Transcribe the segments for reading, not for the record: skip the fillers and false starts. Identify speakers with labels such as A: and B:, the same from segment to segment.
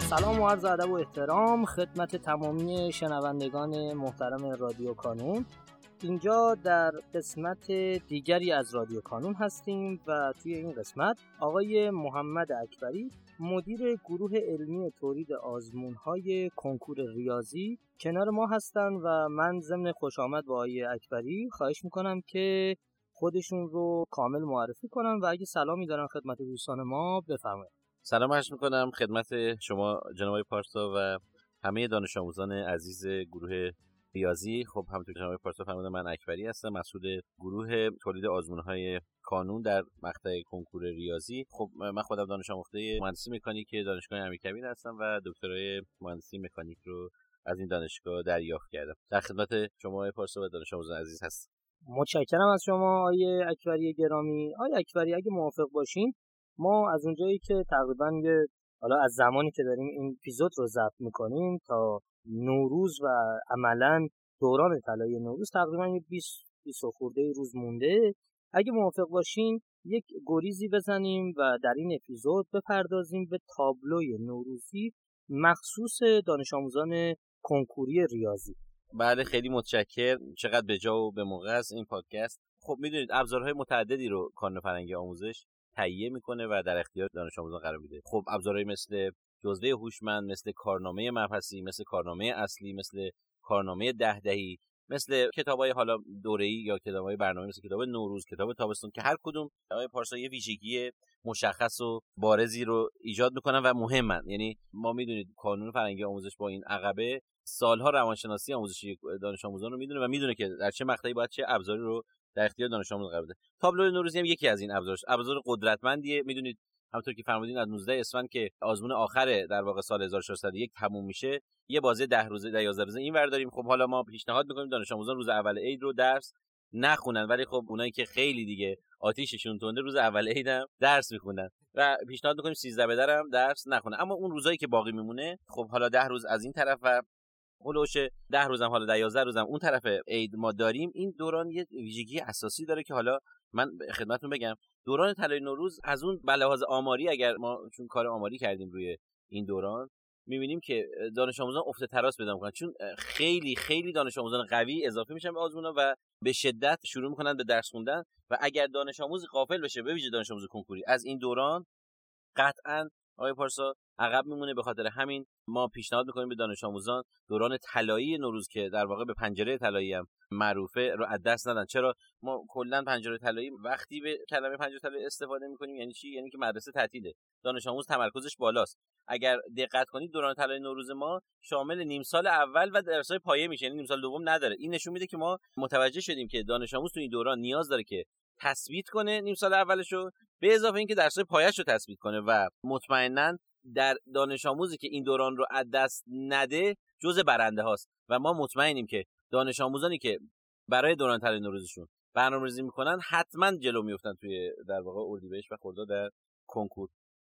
A: سلام و عرض ادب و احترام خدمت تمامی شنوندگان محترم رادیو کانون. اینجا در قسمت دیگری از رادیو کانون هستیم و توی این قسمت آقای محمد اکبری مدیر گروه علمی تولید آزمون‌های کنکور ریاضی کنار ما هستن و من ضمن خوش آمد با آقای اکبری خواهش میکنم که خودشون رو کامل معرفی کنن و اگه سلامی دارن خدمت دوستان ما بفرمایید.
B: سلام عرض میکنم خدمت شما جناب آقای پارسا و همه دانش آموزان عزیز گروه ریاضی. خب همونطور که جناب آقای پارسا فرمودن من اکبری هستم، مسئول گروه تولید آزمون‌های کانون در مقطع کنکور ریاضی. خب من خودم دانش آموخته مهندسی مکانیک دانشگاه امیرکبیر هستم و دکترای مهندسی مکانیک رو از این دانشگاه دریافت کردم. در خدمت شما آقای پارسا و دانش آموزان عزیز هستم.
A: متشکرم از شما آقای اکبری گرامی. آقای اکبری اگه موافق باشین ما از اونجایی که تقریبا حالا از زمانی که داریم این اپیزود رو ضبط میکنیم تا نوروز و عملاً دوران طلایی نوروز تقریبا 20 خورده روز مونده، اگه موافق باشین یک گریزی بزنیم و در این اپیزود بپردازیم به تابلوی نوروزی مخصوص دانش آموزان کنکوری ریاضی.
B: بله خیلی متشکرم. چقدر به جا و به موقع است این پادکست. خب میدونید ابزارهای متعددی رو کانون فرهنگی آموزش تهیه میکنه و در اختیار دانش آموزان قرار میده. خب ابزارهای مثل جزوه هوشمند، مثل کارنامه مبحثی، مثل کارنامه اصلی، مثل کارنامه 10 دهی، مثل کتابای حالا دوره‌ای یا کتابای برنامه مثل کتاب نوروز، کتاب تابستون که هر کدوم آقای پارسا یه ویژگی مشخص و بارزی رو ایجاد میکنن و مهمن. یعنی ما میدونید کانون فرهنگی آموزش با این عقبه سالها روانشناسی آموزشی دانش آموزان رو میدونه و میدونه که در چه مقطعی باید چه ابزاری رو در اختیار دانش آموز قرار بده. تابلو نوروزی هم یکی از این ابزارش. ابزار قدرتمندیه. میدونید همونطور که فرمودین از 19 اسفند که آزمون آخر در واقع سال 1401 تموم میشه، یه بازه 10 روزه یا 11 روزه اینور داریم. خب حالا ما پیشنهاد میکنیم دانش آموزان روز اول عید رو درس نخونن، ولی خب اونایی که خیلی دیگه آتیششون تنده روز اول عید هم درس میخونن و پیشنهاد میکنیم 13 به درم درس نخونن. اما اون روزایی که باقی میمونه خب حالا 10 روز از این طرف و هولوش 10 روزم حالا 11 روزم اون طرف عید ما داریم. این دوران یه ویژگی اساسی داره که حالا من خدمتتون بگم. دوران طلایی نوروز از اون به لحاظ آماری، اگر ما چون کار آماری کردیم روی این دوران، می‌بینیم که دانش آموزان افت تراس پیدا می‌کنن، چون خیلی خیلی دانش آموزان قوی اضافه میشن به آزمونا و به شدت شروع می‌کنن به درس خوندن و اگر دانش آموز غافل بشه، به ویژه دانش آموز کنکوری، از این دوران قطعاً آقای پارسا عقب میمونه. به خاطر همین ما پیشنهاد میکنیم به دانش آموزان دوران طلایی نوروز که در واقع به پنجره طلایی هم معروفه رو از دست ندن. چرا ما کلا پنجره طلایی وقتی به کلمه پنجره طلایی استفاده میکنیم یعنی چی؟ یعنی که مدرسه تعطیله، دانش آموز تمرکزش بالاست. اگر دقت کنید دوران طلایی نوروز ما شامل نیم سال اول و درس‌های پایه میشه، یعنی نیم سال دوم نداره. این نشون میده که ما متوجه شدیم که دانش آموز تو این دوران نیاز داره که تثبیت کنه نیم سال اولشو، به اضافه اینکه درس‌های پایه‌شو تثبیت کنه و مطمئناً در دانش آموزی که این دوران رو از دست نده جزء برنده هاست و ما مطمئنیم که دانش آموزانی که برای دوران طلایی نوروزشون برنامه‌ریزی میکنن حتما جلو میافتن توی در واقع اردیبهشت و خرداد در کنکور.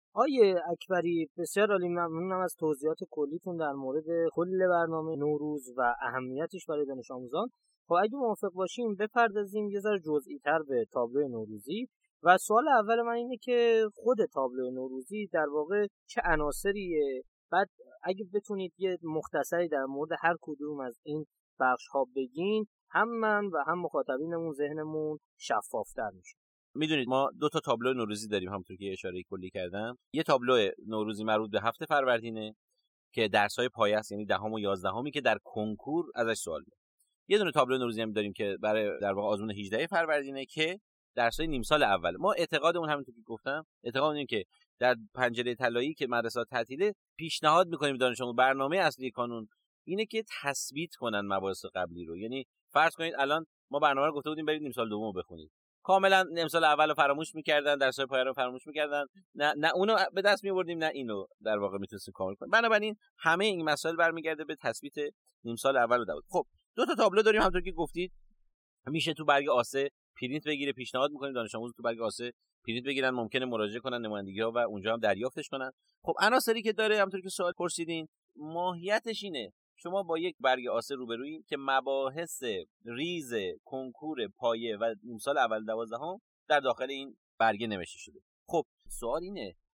A: آیه اکبری بسیار عالی، ممنونم از توضیحات کلیتون در مورد کل برنامه نوروز و اهمیتش برای دانش آموزان. خب اگه موافق باشیم بپردازیم یه ذره جزئی‌تر به تابلو نوروزی و سوال اول من اینه که خود تابلو نوروزی در واقع چه عناصریه، بعد اگه بتونید یه مختصری در مورد هر کدوم از این بخش‌ها بگین هم من و هم مخاطبینمون ذهنمون شفاف‌تر میشه.
B: میدونید ما دو تا تابلو نوروزی داریم همونطور که اشاره کلی کردم. یه تابلو نوروزی مربوط به هفته فروردینه که درس‌های پایه است، یعنی دهم و 11همی که در کنکور ازش سوال میاد. یه دونه تابلو نوروزی هم داریم که برای در واقع آزمون 18 فروردینه که درس‌های نیم سال اول. ما اعتقادمون همونطور که گفتم اعتقاد اینه که در پنجره طلایی که مدرسه تعطیله پیشنهاد می‌کنیم دانش آموز برنامه اصلی کانون اینه که تثبیت کنن مباحث قبلی رو. یعنی فرض کنید الان ما برنامه رو گفته بودیم برید نیم سال دوم بخونید، کاملا نیم سال اول رو فراموش می‌کردن، درس‌های پایه رو فراموش می‌کردن، نه اونو به دست می‌آوردیم نه اینو در واقع می‌تونستیم کامل کنیم. بنابراین همه این مسائل برمیگرده به تثبیت نیم سال اول و دوم. خب دو تا تابلو داریم همونطور که گفتید. میشه تو برگ آسه پرینت بگیره، پیشنهاد می‌کنیم دانش آموز تو برگ آسه پرینت بگیرن، ممکنه مراجعه کنن نمایندگی‌ها و اونجا هم دریافتش کنن. خب عناصری که داره همونطور که سوال پرسیدین ماهیتش اینه شما با یک برگ آسه روبرویی که مباحث ریز کنکور پایه و نیم سال اول 12 در داخل این برگه نوشته شده. خب سوال اینه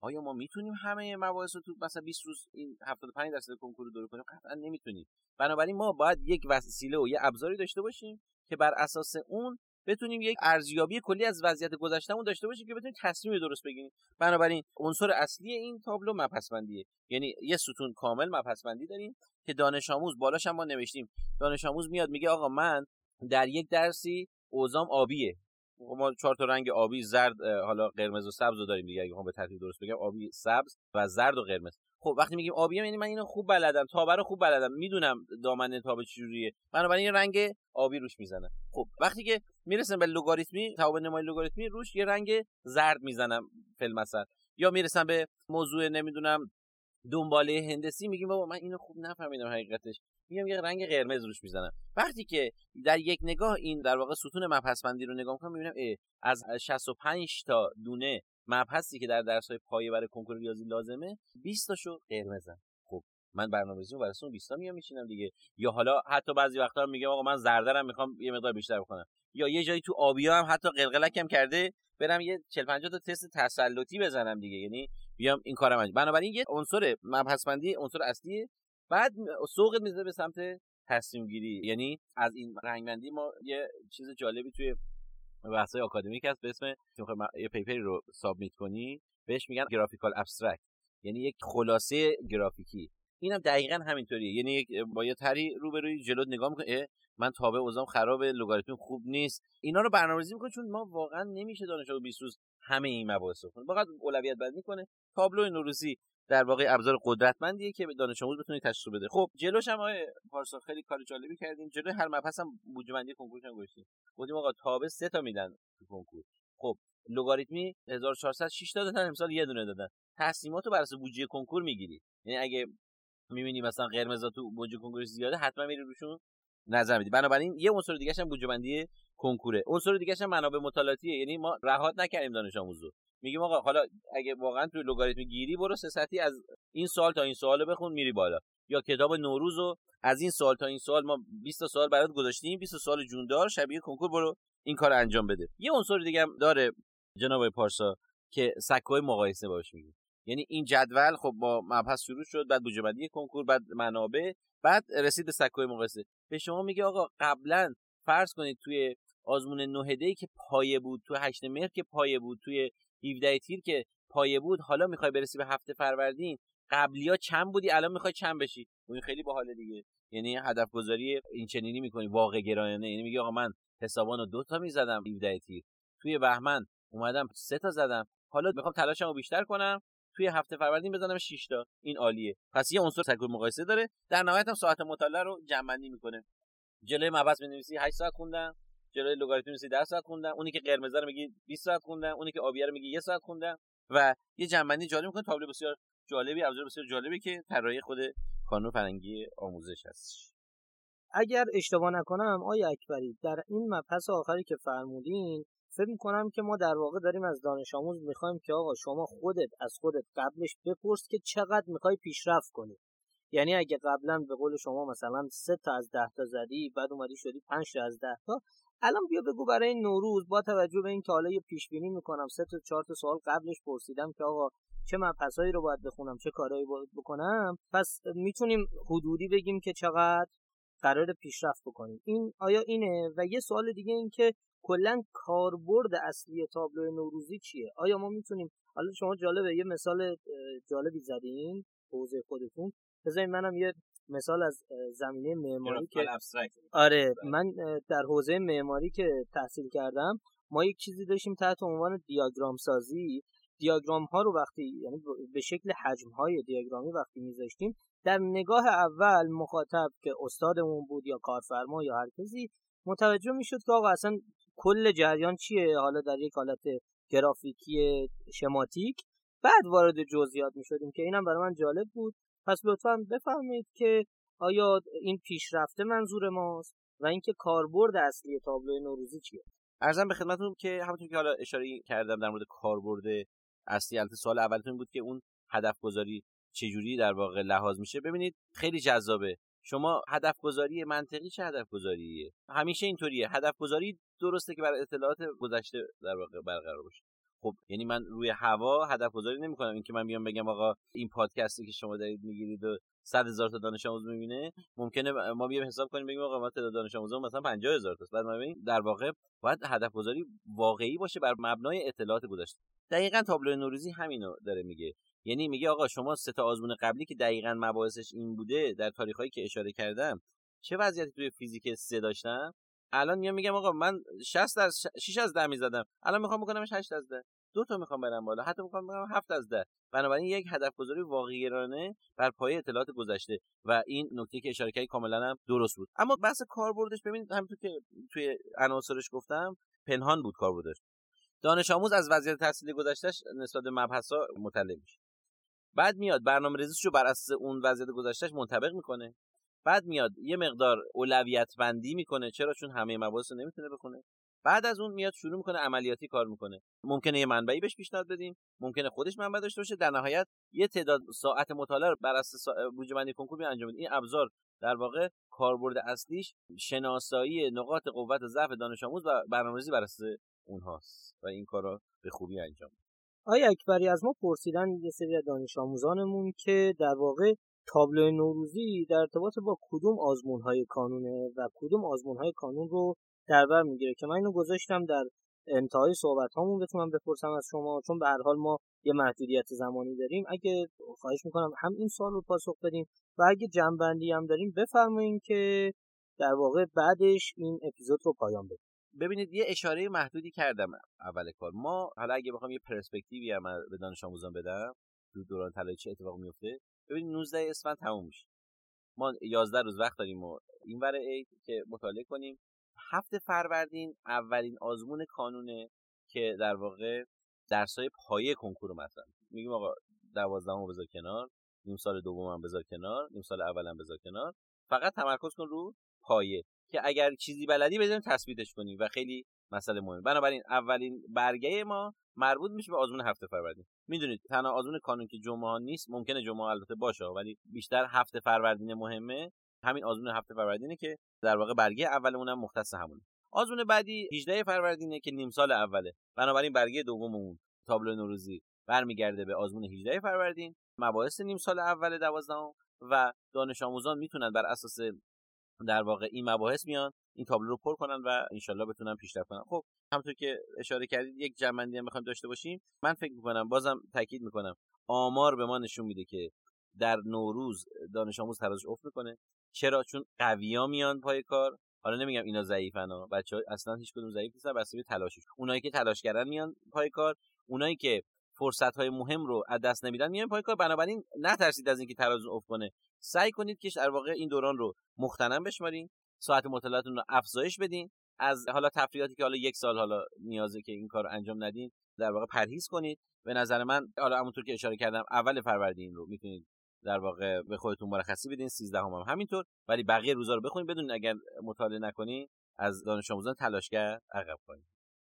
B: آیا ما میتونیم همه مباحث رو تو مثلا 20 روز این 75% کنکور رو دور کنیم؟ قطعا نمیتونیم. بنابراین ما باید یک وسیله و یه ابزاری داشته باشیم که بر اساس اون بتونیم یک ارزیابی کلی از وضعیت گذشتهمون داشته باشیم که بتونیم تصمیم درست بگیریم. بنابراین عنصر اصلی این تابلو مبحث‌بندیه، یعنی یه ستون کامل مبحث‌بندی داریم که دانش آموز بالاش هم ما نوشتیم، دانش آموز میاد میگه آقا من در یک درسی اوضاعم آبیه، ما 4 تا رنگ آبی، زرد، حالا قرمز و سبز رو داریم دیگه، اگه به ترتیب درست بگم آبی، سبز و زرد و قرمز. خب وقتی میگیم آبیه یعنی من اینو خوب بلدم، تابه رو خوب بلدم، میدونم دامنه تابه چجوریه، بنابراین یه رنگ آبی روش میزنم. خب وقتی که میرسم به لگاریتمی، تابع نمای لگاریتمی، روش یه رنگ زرد میزنم فیلمسل. یا میرسم به موضوع نمیدونم دنباله هندسی، میگیم بابا من اینو خوب نفهمیدم حقیقتش، میگم یه رنگ قرمز روش میزنم. وقتی که در یک نگاه این در واقع ستون مبحث‌بندی رو نگاه می‌کنم، می‌بینم از 65 تا دونه مبحثی که در درس‌های پایه برای کنکور ریاضی لازمه، 20 تاشو قرمزن. خب من برنامه‌ریزی رو برای اون 20 تا میشینم دیگه. یا حالا حتی بعضی وقتا میگم آقا من زردرم میخوام یه مقدار بیشتر بکنم، یا یه جایی تو آبیا هم حتی قلقلکم کرده برم یه 40 50 تا تست تسلطی بزنم دیگه، یعنی بیام این کارم انجام. بنابراین یه عنصر مبحث‌بندی عنصر اصلیه. بعد سوقت میذاره به سمت تصمیم گیری. یعنی از این رنگبندی ما یه چیز جالبی توی بحث‌های آکادمیک هست به اسم یه پیپری رو سابمیت کنی بهش میگن گرافیکال ابسترکت، یعنی یک خلاصه گرافیکی. اینم دقیقاً همینطوریه، یعنی یک با یه طرحی روبروی جلوت نگاه می‌کنی، من تابع اوضاعم خرابه، لگاریتم خوب نیست، اینا رو برنامه‌ریزی می‌کنی، چون ما واقعا نمیشه دانش آموز 20 روز همه این مباحث رو کنه. فقط اولویت بندی کنه. تابلو نوروزی در واقع ابزار قدرتمندیه که به دانش آموز بتونه تشخیص بده. خب جلوش هم آقای پارسا خیلی کار جالبی کردیم، جلوی هر مبحث هم بودجه بندی کنکورش هم گذاشتیم. گفتیم آقا تابع 3 تا میدن تو کنکور. خب لگاریتمی 1406 تا دادن، امسال یه دونه دادن. تقسیماتو بر اساس بودجه کنکور میگیری، یعنی اگه می‌بینی مثلا قرمزا تو بودجه کنکور زیاده، حتما میری روشون نظر میدی. بنابراین یه عنصر دیگه هم بودجه بندی کنکوره. عنصر دیگه هم منابع مطالعاتیه، یعنی ما رهات نکردیم دانش آموزو، میگیم آقا حالا اگه واقعا تو لگاریتم گیری، برو 3 سطحی از این سوال تا این سوالو بخون میری بالا، یا کتاب نوروزو از این سوال تا این سوال ما 20 تا سوال برات گذاشتیم، 20 سوال جوندار شبیه کنکور، برو این کارو انجام بده. یه عنصر دیگه هم داره جناب پارسا که سکوی مقایسه باش میگیم، یعنی این جدول خب با مبحث شروع شد، بعد بودجه بندی کنکور، بعد منابع، بعد رسید به سکوی مقایسه. به شما میگه آقا قبلا فرض کنید توی آزمون 9 دی که پایه بود، توی 8 مهر که پایه بود، توی 17 تیر که پایه بود، حالا میخوای برسی به 7 فروردین، قبلیا چند بودی الان میخوای چند بشی. این خیلی باحاله دیگه، یعنی هدف گذاری این چنینی میکنی واقع گرایانه. یعنی میگه آقا من حسابانو 2 تا میزدم 17 تیر، توی بهمن اومدم 3 تا زدم، حالا میخوام تلاشمو بیشتر کنم، توی 7 فروردین بزنم 6 تا. این عالیه. پس یه عنصر سکوی مقایسه داره. در نهایت هم ساعت مطالعه رو جمع‌بندی میکنه. جلوی مبحث می‌نویسی 8 ساعت خوندم، جلوی لگاریتم می‌نویسی 10 ساعت خوندم، اونی که قرمز رو میگی 20 ساعت خوندم، اونی که آبیه رو میگی 1 ساعت خوندم، و یه جمع‌بندی جالب می‌کنه. تابلو بسیار جالبی، ابزار بسیار جالبی که طراحی خود کانون فرهنگی آموزش هست.
A: اگر اشتباه نکنم آیا اکبری، در این مبحث آخری که فرمودین فکر می‌کنم که ما در واقع داریم از دانش آموز می‌خوایم که آقا شما خودت از خودت قبلش بپرس که چقدر می‌خوای پیشرفت کنی. یعنی اگه قبلا به قول شما مثلا 3 تا از 10 تا زدی، بعد اومدی شدی 5 تا از 10 تا، الان بیا بگو برای نوروز با توجه به این که حالا یه پیش بینی میکنم 3 تا 4 تا سوال قبلش پرسیدم که آقا چه مبحثایی رو باید بخونم، چه کارهایی باید بکنم، پس میتونیم حدودی بگیم که چقدر قرار پیشرفت بکنیم. این آیا اینه؟ و یه سوال دیگه این که کلا کاربرد اصلی تابلو نوروزی چیه؟ آیا ما میتونیم، حالا شما جالبه یه مثال جالبی زدین حوزه خودتون، بذارید منم یه مثال از زمینه معماری که آره من در حوزه معماری که تحصیل کردم، ما یک چیزی داشتیم تحت عنوان دیاگرام سازی. دیاگرام ها رو وقتی، یعنی به شکل حجم های دیاگرامی وقتی میذاشتیم، در نگاه اول مخاطب که استادمون بود یا کارفرما یا هر کسی متوجه میشد که آقا اصلا کل جریان چیه، حالا در یک حالت گرافیکی شماتیک. بعد وارد جزئیات میشدیم که اینم برای من جالب بود. پس لطفاً بفرمایید که آیا این پیشرفته منظور ماست و اینکه کاربرد اصلی تابلو نوروزی چیه؟
B: عرضم به خدمتتون که همونطور که حالا اشاره کردم در مورد کاربرد اصلی، البته سوال اولتون بود که اون هدف گذاری چجوری در واقع لحاظ میشه. ببینید خیلی جذابه. شما هدف گذاری منطقی چه هدف گذاریه؟ همیشه اینطوریه. هدف گذاری درسته که برای اطلاعات گذشته در واقع برقرار باشه. خب یعنی من روی هوا هدف گذاری نمی‌کنم. این که من بیام بگم آقا این پادکستی که شما دارید میگیرید و 100,000 تا دانش آموز میبینه، ممکنه ما بیام حساب کنیم بگیم آقا ما تعداد دانش آموزمون مثلا 50,000 تاست. بعد ما ببینیم در واقع باید هدف گذاری واقعی باشه بر مبنای اطلاعات گذشته. دقیقاً تابلو نوروزی همینو داره میگه. یعنی میگه آقا شما 3 تا آزمون قبلی که دقیقاً مباحثش این بوده در تاریخایی که اشاره کردم، چه وضعیتی توی فیزیک 3 داشتم، الان میگم آقا من 6 از 10 میزدم، الان میخوام بکنمش 8 از 10، 2 تا میخوام برم بالا، حتی میخوام برم 7 از 10. بنابراین یک هدف گذاری واقعی‌گرایانه بر پایه اطلاعات گذشته و این نکته که اشاره کردی کاملا هم درست بود. اما بحث کاربردش ببینید همونطور که توی عناصرش گفتم پنهان بود کاربردش. دانش آموز از وضعیت تحصیلی گذشتهش نسبت به مبحث‌ها مطلع میشه، بعد میاد برنامه‌ریزیش رو بر اساس اون وضعیت گذشتهش منطبق میکنه، بعد میاد یه مقدار اولویت بندی میکنه، چرا؟ چون همه مباحث رو نمیتونه بخونه. بعد از اون میاد شروع میکنه عملیاتی کار میکنه. ممکنه یه منبعی بهش پیشنهاد بدیم، ممکنه خودش منبع داشته باشه، در نهایت یه تعداد ساعت مطالعه رو بر اساس بودجه بندی کنکور انجام بده. این ابزار در واقع کاربرد اصلیش شناسایی نقاط قوت و ضعف دانش آموز و برنامه‌ریزی بر اساس اونهاست و این کارا به خوبی انجام میده.
A: آقای اکبری از ما پرسیدن یه سری از دانش آموزانمون که در واقع تابلو نوروزی در ارتباط با کدوم آزمون‌های کانونه و کدوم آزمون‌های کانون رو در بر میگیره، که من اینو گذاشتم در انتهای صحبت‌هامون بتونم بپرسم از شما، چون به هر حال ما یه محدودیت زمانی داریم. اگه خواهش می‌کنم هم این سوال رو پاسخ بدیم و اگه جنبندی هم داریم بفرمایید که در واقع بعدش این اپیزود رو پایان بدیم.
B: ببینید یه اشاره محدودی کردم اول کار. ما حالا اگه بخوام یه پرسپکتیوی هم به دانش آموزان بدم تو دوران طلایی چه اتفاقی میفته، ببینید 19 اسفند تموم میشه، ما 11 روز وقت داریم و اینور عید که مطالعه کنیم. 7 فروردین اولین آزمون کانونه که در واقع درسای پایه کنکور مثلا میگیم آقا 12ام بذار کنار، نیم سال دومم بذار کنار، نیم سال اولم بذار کنار، فقط تمرکز کن رو پایه که اگر چیزی بلدی بزنیم تثبیتش کنیم و خیلی مسئله مهمه. بنابراین اولین برگه ما مربوط میشه به آزمون 7 فروردین. میدونید تنها آزمون کانون که جمعه ها نیست، ممکنه جمعه البته باشه ولی بیشتر 7 فروردین مهمه. همین آزمون 7 فروردینه که در واقع برگه اولمون هم مختص همونه. آزمون بعدی 18 فروردینه که نیم سال اوله. بنابراین برگه دوممون تابلو نوروزی برمیگرده به آزمون 18 فروردین، مباحث نیم سال اول 12 و دانش آموزان میتونن بر اساس در واقع این مباحث میان این تابلو رو پر کنن و انشالله بتونن پیشرفت کنن. خب همونطور که اشاره کردید یک جمع‌بندی هم می‌خوایم داشته باشیم. من فکر می‌کنم بازم تاکید می‌کنم آمار به ما نشون میده که در نوروز دانش آموز ترازش افت میکنه. چرا؟ چون قویا میان پای کار. حالا نمیگم اینا ضعیفن ها، بچه‌ها اصلا هیچ کدوم ضعیف نیستن، بس به تلاشش. اونایی که تلاش کردن میان پای کار، اونایی که فرصت‌های مهم رو از دست نمیدن میان پای کار. بنابراین نترسید از اینکه ترازتون افت کنه. سعی کنید که در واقع این دوران رو مغتنم بشمارین، ساعت مطالعاتتون رو افزایش بدین، از حالا تفریحاتی که حالا یک سال حالا نیازه که این کار انجام ندین در واقع پرهیز کنید. به نظر من حالا همونطور که اشاره کردم اول فروردین رو میتونید در واقع به خودتون مرخصی بدین، 13 هم همینطور، ولی بقیه روزا رو بخونید بدون اگر مطالعه نکنین از دانش آموزان تلاشگر عقب کنید.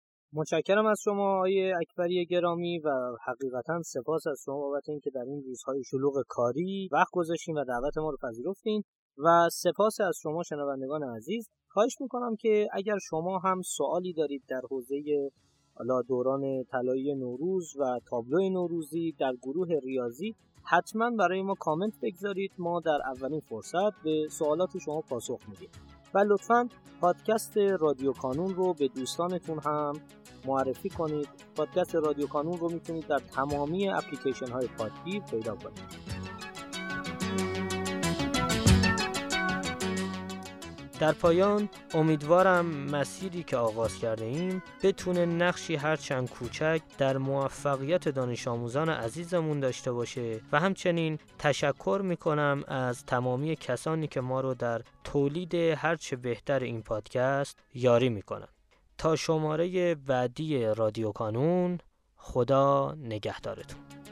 A: متشکرم از شما آقای اکبری گرامی و حقیقتا سپاس از شما بابت اینکه در این روزهای شلوغ کاری وقت گذاشتین و دعوت ما رو پذیرفتین و سپاس از شما شنوندگان عزیز. خواهش میکنم که اگر شما هم سوالی دارید در حوزه حالا دوران طلایی نوروز و تابلو نوروزی در گروه ریاضی حتما برای ما کامنت بگذارید. ما در اولین فرصت به سوالات شما پاسخ میدیم و لطفاً پادکست رادیو کانون رو به دوستانتون هم معرفی کنید. پادکست رادیو کانون رو میتونید در تمامی اپلیکیشن های پادگیر پیدا کنید. در پایان امیدوارم مسیری که آغاز کرده ایم بتونه نقشی هرچند کوچک در موفقیت دانش آموزان عزیزمون داشته باشه و همچنین تشکر میکنم از تمامی کسانی که ما رو در تولید هرچه بهتر این پادکست یاری میکنن. تا شماره بعدی رادیو کانون، خدا نگهدارتون.